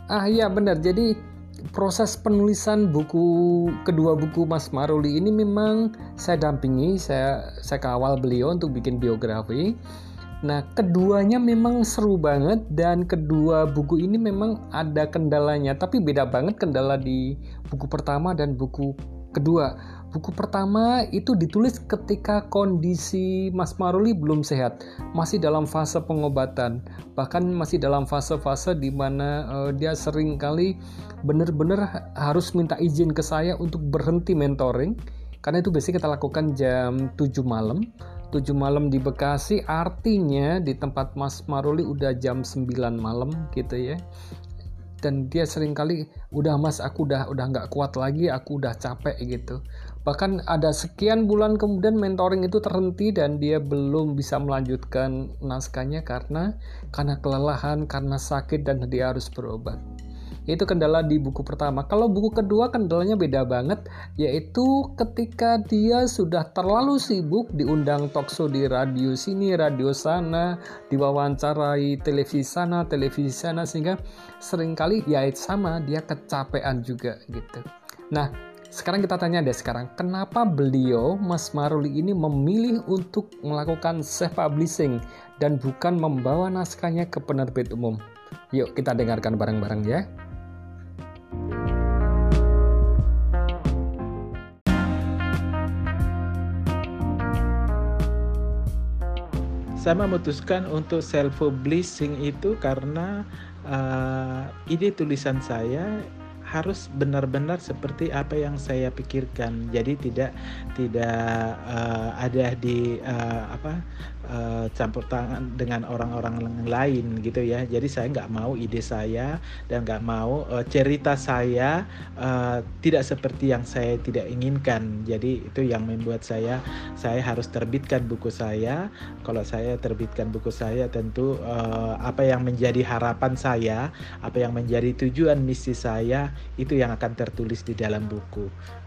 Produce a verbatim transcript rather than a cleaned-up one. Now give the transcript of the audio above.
Ah iya benar. Jadi proses penulisan buku kedua buku Mas Maruli ini memang saya dampingi, saya saya kawal beliau untuk bikin biografi. Nah, keduanya memang seru banget dan kedua buku ini memang ada kendalanya, tapi beda banget kendala di buku pertama dan buku kedua. Buku pertama itu ditulis ketika kondisi Mas Maruli belum sehat, masih dalam fase pengobatan, bahkan masih dalam fase-fase di mana uh, dia sering kali benar-benar harus minta izin ke saya untuk berhenti mentoring, karena itu biasanya kita lakukan jam tujuh malam. tujuh malam di Bekasi, artinya di tempat Mas Maruli udah jam sembilan malam gitu ya. Dan dia sering kali, udah mas aku udah udah nggak kuat lagi, aku udah capek gitu. Bahkan ada sekian bulan kemudian mentoring itu terhenti dan dia belum bisa melanjutkan naskahnya karena karena kelelahan, karena sakit dan dia harus berobat. Itu kendala di buku pertama. Kalau buku kedua kendalanya beda banget, yaitu ketika dia sudah terlalu sibuk diundang talkshow di radio sini, radio sana, diwawancarai televisi sana, televisi sana, sehingga seringkali ya sama dia kecapean juga gitu. Nah, sekarang kita tanya deh sekarang, kenapa beliau Mas Maruli ini memilih untuk melakukan self-publishing dan bukan membawa naskahnya ke penerbit umum? Yuk kita dengarkan bareng-bareng ya. Saya memutuskan untuk self-publishing itu karena uh, ide tulisan saya harus benar-benar seperti apa yang saya pikirkan. Jadi tidak tidak uh, ada di uh, apa uh, campur tangan dengan orang-orang lain gitu ya. Jadi saya nggak mau ide saya dan nggak mau uh, cerita saya uh, tidak seperti yang saya tidak inginkan. Jadi itu yang membuat saya saya harus terbitkan buku saya. Kalau saya terbitkan buku saya, tentu uh, apa yang menjadi harapan saya, apa yang menjadi tujuan misi saya, itu yang akan tertulis di dalam buku.